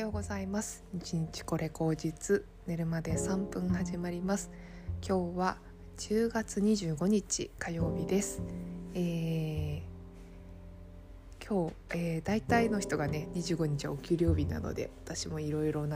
ようございます。日日これ口実、寝るまで3分始まります。今日は10月25日火曜日です。今日、大体の人がね25日はお給料日なので、私もいろいろ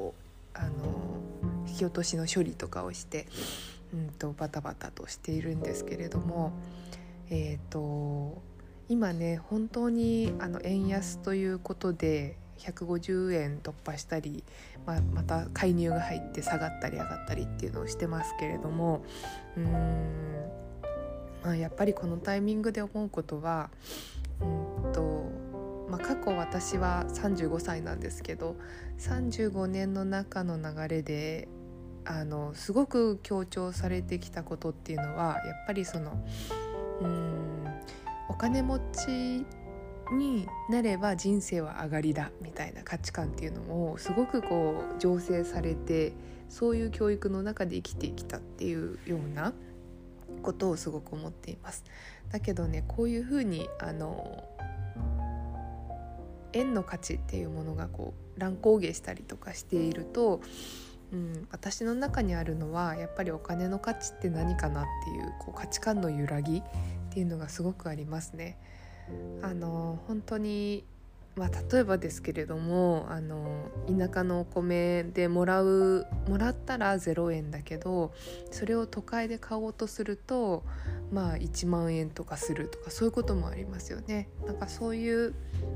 引き落としの処理とかをしてバタバタとしているんですけれども、今ね本当に円安ということで150円突破したり、また介入が入って下がったり上がったりっていうのをしてますけれども、やっぱりこのタイミングで思うことは過去私は35歳なんですけど、35年の中の流れですごく強調されてきたことっていうのは、やっぱりお金持ちになれば人生は上がりだみたいな価値観っていうのもすごく醸成されて、そういう教育の中で生きてきたっていうようなことをすごく思っています。だけどね、こういうふうに円の価値っていうものが乱高下したりとかしていると、私の中にあるのはやっぱりお金の価値って何かなっていう、価値観の揺らぎっていうのがすごくありますね。本当に、例えばですけれども、田舎のお米でもらったら0円だけど、それを都会で買おうとすると1万円とかするとか、そういうこともありますよね。そういう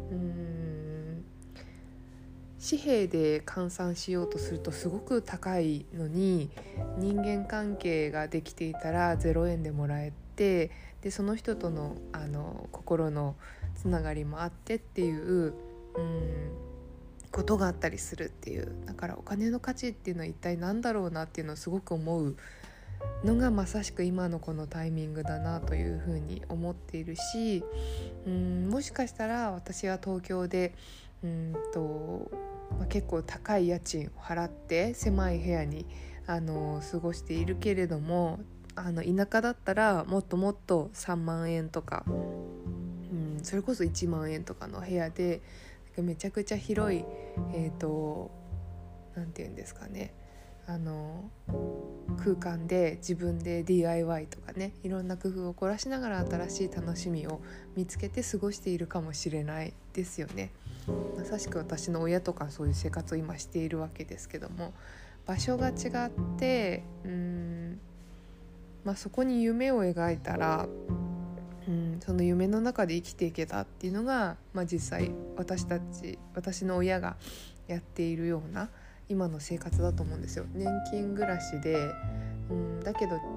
紙幣で換算しようとするとすごく高いのに、人間関係ができていたら0円でもらえて、でその人との心のつながりもあってっていうことがあったりするっていう。だからお金の価値っていうのは一体何だろうなっていうのをすごく思うのが、まさしく今のこのタイミングだなというふうに思っているし、もしかしたら私は東京で結構高い家賃を払って狭い部屋に過ごしているけれども、田舎だったらもっともっと3万円とか、それこそ1万円とかの部屋でめちゃくちゃ広いなんていうんですかね、空間で自分で DIY とかね、いろんな工夫を凝らしながら新しい楽しみを見つけて過ごしているかもしれないですよね。まさしく私の親とかそういう生活を今しているわけですけども、場所が違ってそこに夢を描いたらその夢の中で生きていけたっていうのが、実際私の親がやっているような今の生活だと思うんですよ。年金暮らしで、だけど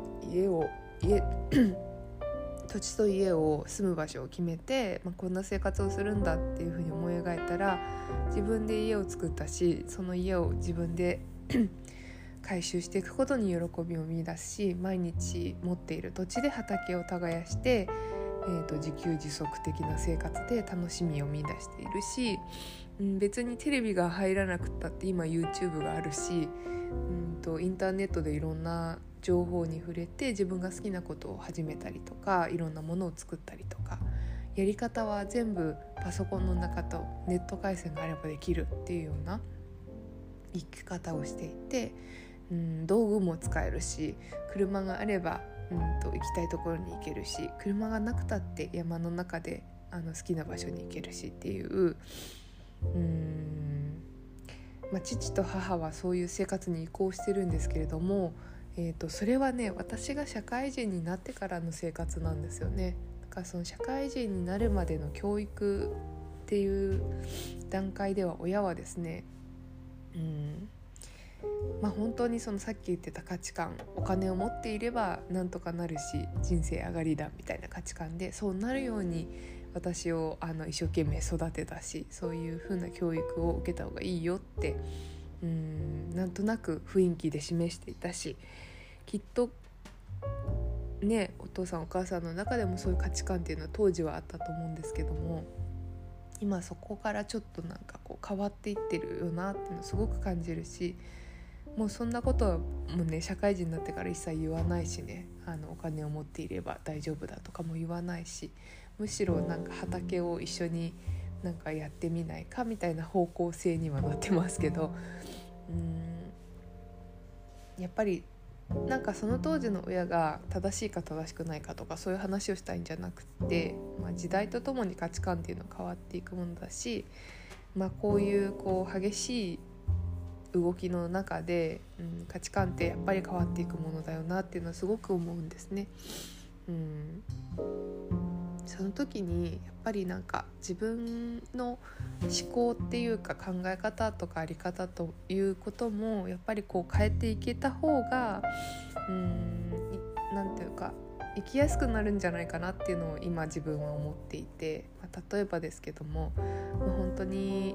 土地と家を住む場所を決めて、こんな生活をするんだっていうふうに思い描いたら、自分で家を作ったし、その家を自分で改修していくことに喜びを見出すし、毎日持っている土地で畑を耕して、自給自足的な生活で楽しみを見出しているし、別にテレビが入らなくったって今 YouTube があるし、インターネットでいろんな情報に触れて自分が好きなことを始めたりとか、いろんなものを作ったりとか、やり方は全部パソコンの中とネット回線があればできるっていうような生き方をしていて、道具も使えるし、車があれば行きたいところに行けるし、車がなくたって山の中で好きな場所に行けるしっていう、父と母はそういう生活に移行してるんですけれども、それはね、私が社会人になってからの生活なんですよね。だからその社会人になるまでの教育っていう段階では、親はですね、本当にさっき言ってた価値観、お金を持っていればなんとかなるし人生上がりだみたいな価値観で、そうなるように私を一生懸命育てたし、そういう風な教育を受けた方がいいよってなんとなく雰囲気で示していたし、きっとね、お父さんお母さんの中でもそういう価値観っていうのは当時はあったと思うんですけども、今そこからちょっと変わっていってるよなっていうのをすごく感じるし、もうそんなことはもうね、社会人になってから一切言わないしね、お金を持っていれば大丈夫だとかも言わないし、むしろ畑を一緒になんかやってみないかみたいな方向性にはなってますけど、やっぱりなんかその当時の親が正しいか正しくないかとかそういう話をしたいんじゃなくて、時代とともに価値観っていうのは変わっていくものだし、こういう激しい動きの中で、価値観ってやっぱり変わっていくものだよなっていうのはすごく思うんですね。その時にやっぱりなんか自分の思考っていうか考え方とかあり方ということもやっぱり変えていけた方がなんていうか生きやすくなるんじゃないかなっていうのを今自分は思っていて、例えばですけども、本当に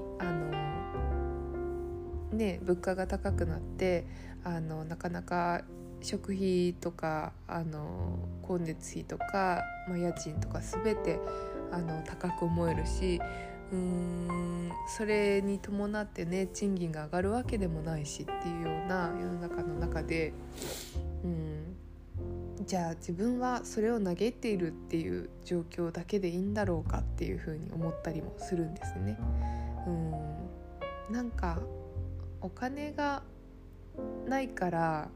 物価が高くなってなかなか食費とか光熱費とか、家賃とか全て高く思えるし、それに伴ってね賃金が上がるわけでもないしっていうような世の中の中で、じゃあ自分はそれを嘆いているっていう状況だけでいいんだろうかっていうふうに思ったりもするんですね。なんかお金がないから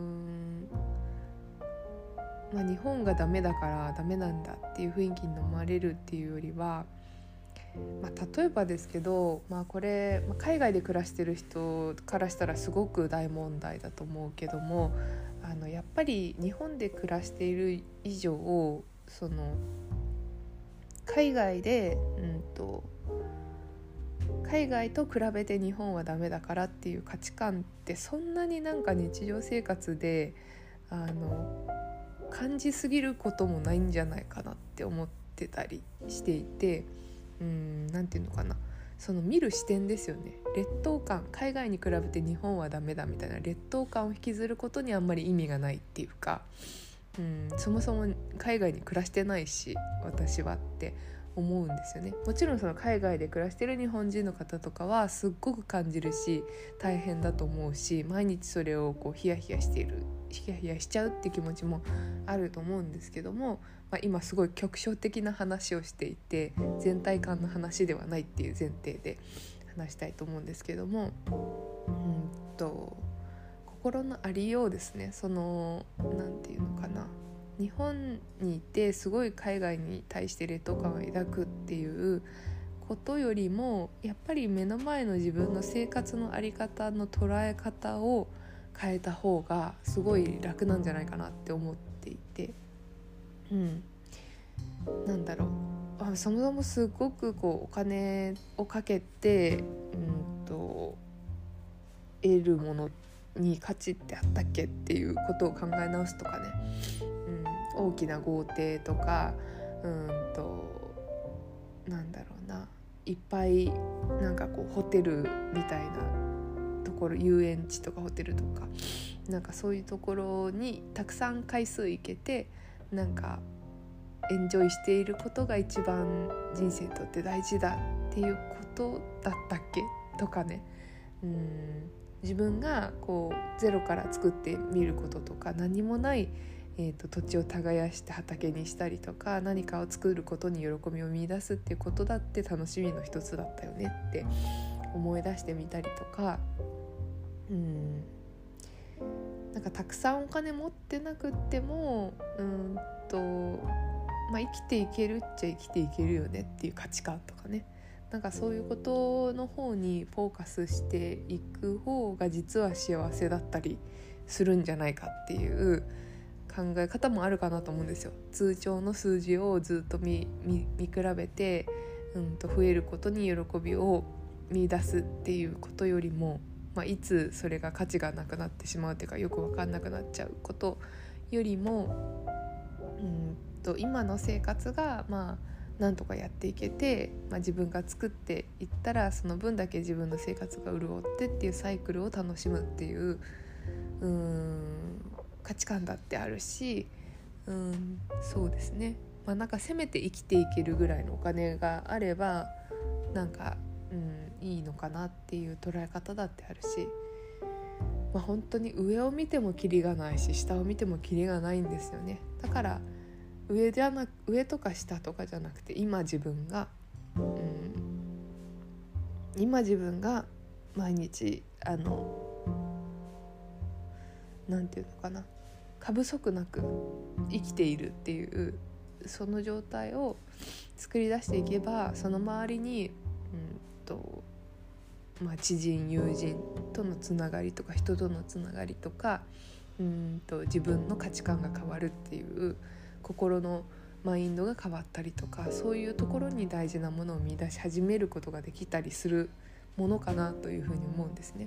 日本がダメだからダメなんだっていう雰囲気に思われるっていうよりは、例えばですけど、これ、海外で暮らしてる人からしたらすごく大問題だと思うけども、やっぱり日本で暮らしている以上海外で、海外と比べて日本はダメだからっていう価値観ってそんなになんか日常生活で感じすぎることもないんじゃないかなって思ってたりしていて、なんていうのかな、その見る視点ですよね。劣等感、海外に比べて日本はダメだみたいな劣等感を引きずることにあんまり意味がないっていうか、そもそも海外に暮らしてないし私はって思うんですよね。もちろんその海外で暮らしてる日本人の方とかはすっごく感じるし大変だと思うし、毎日それをヒヤヒヤしている、ヒヤヒヤしちゃうって気持ちもあると思うんですけども、今すごい局所的な話をしていて全体感の話ではないっていう前提で話したいと思うんですけども、心のありようですね。なんていうのかな、日本にいてすごい海外に対して劣等感を抱くっていうことよりも、やっぱり目の前の自分の生活の在り方の捉え方を変えた方がすごい楽なんじゃないかなって思っていて、なんだろう、そもそもすごくお金をかけて得るものに価値ってあったっけっていうことを考え直すとかね、大きな豪邸とかなんだろうな、いっぱいなんかホテルみたいなところ、遊園地とかホテルとかなんかそういうところにたくさん回数行けてなんかエンジョイしていることが一番人生にとって大事だっていうことだったっけとかね、自分がゼロから作ってみることとか、何もない土地を耕して畑にしたりとか、何かを作ることに喜びを見出すっていうことだって楽しみの一つだったよねって思い出してみたりとか、なんかたくさんお金持ってなくっても生きていけるっちゃ生きていけるよねっていう価値観とかね、なんかそういうことの方にフォーカスしていく方が実は幸せだったりするんじゃないかっていう考え方もあるかなと思うんですよ。通帳の数字をずっと見比べて、増えることに喜びを見出すっていうことよりも、いつそれが価値がなくなってしまうというかよく分かんなくなっちゃうことよりも、今の生活がなんとかやっていけて、自分が作っていったらその分だけ自分の生活が潤ってっていうサイクルを楽しむっていう価値観だってあるし、そうですね、なんかせめて生きていけるぐらいのお金があればなんか、いいのかなっていう捉え方だってあるし、本当に上を見てもキリがないし下を見てもキリがないんですよね。だから上とか下とかじゃなくて今自分が、 今自分が毎日なんていうのかな、過不足なく生きているっていうその状態を作り出していけば、その周りに知人友人とのつながりとか人とのつながりとか自分の価値観が変わるっていう心のマインドが変わったりとか、そういうところに大事なものを見出し始めることができたりするものかなというふうに思うんですね。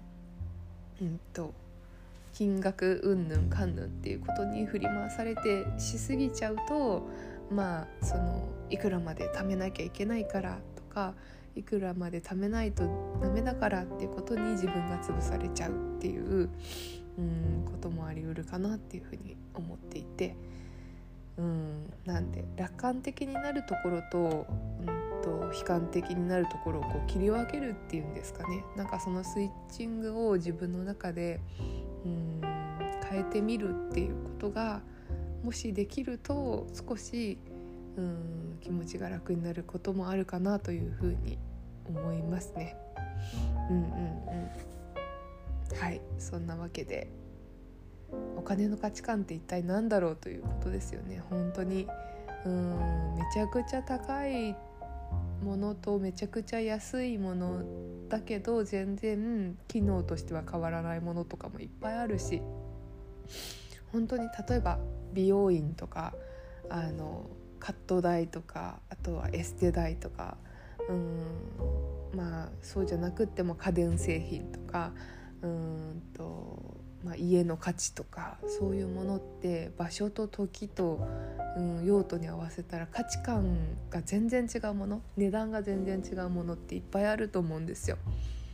金額うんぬんかんぬんっていうことに振り回されてしすぎちゃうと、いくらまで貯めなきゃいけないからとか、いくらまで貯めないとダメだからっていうことに自分が潰されちゃうっていうこともあり得るかなっていうふうに思っていて、なんで楽観的になるところと悲観的になるところをこう切り分けるっていうんですかね。なんかそのスイッチングを自分の中で変えてみるっていうことがもしできると、少し気持ちが楽になることもあるかなというふうに思いますね。はい、そんなわけでお金の価値観って一体何だろうということですよね。本当にめちゃくちゃ高いものとめちゃくちゃ安いものだけど全然機能としては変わらないものとかもいっぱいあるし、本当に例えば美容院とかカット代とか、あとはエステ代とか、そうじゃなくっても家電製品とか家の価値とか、そういうものって場所と時と、用途に合わせたら価値観が全然違うもの、値段が全然違うものっていっぱいあると思うんですよ。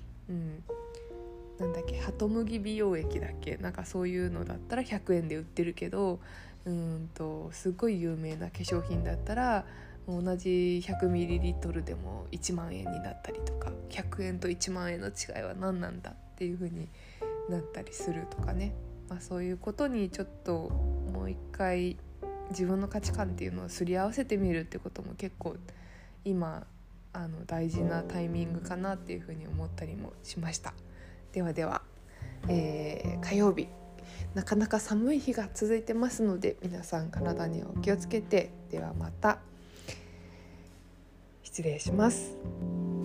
なんだっけ、ハトムギ美容液だっけ、なんかそういうのだったら100円で売ってるけど、すごい有名な化粧品だったら同じ 100ml でも1万円になったりとか、100円と1万円の違いは何なんだっていう風になったりするとかね。そういうことにちょっともう一回自分の価値観っていうのをすり合わせてみるってことも結構今大事なタイミングかなっていうふうに思ったりもしました。ではでは、火曜日なかなか寒い日が続いてますので、皆さん体にお気をつけて。ではまた、失礼します。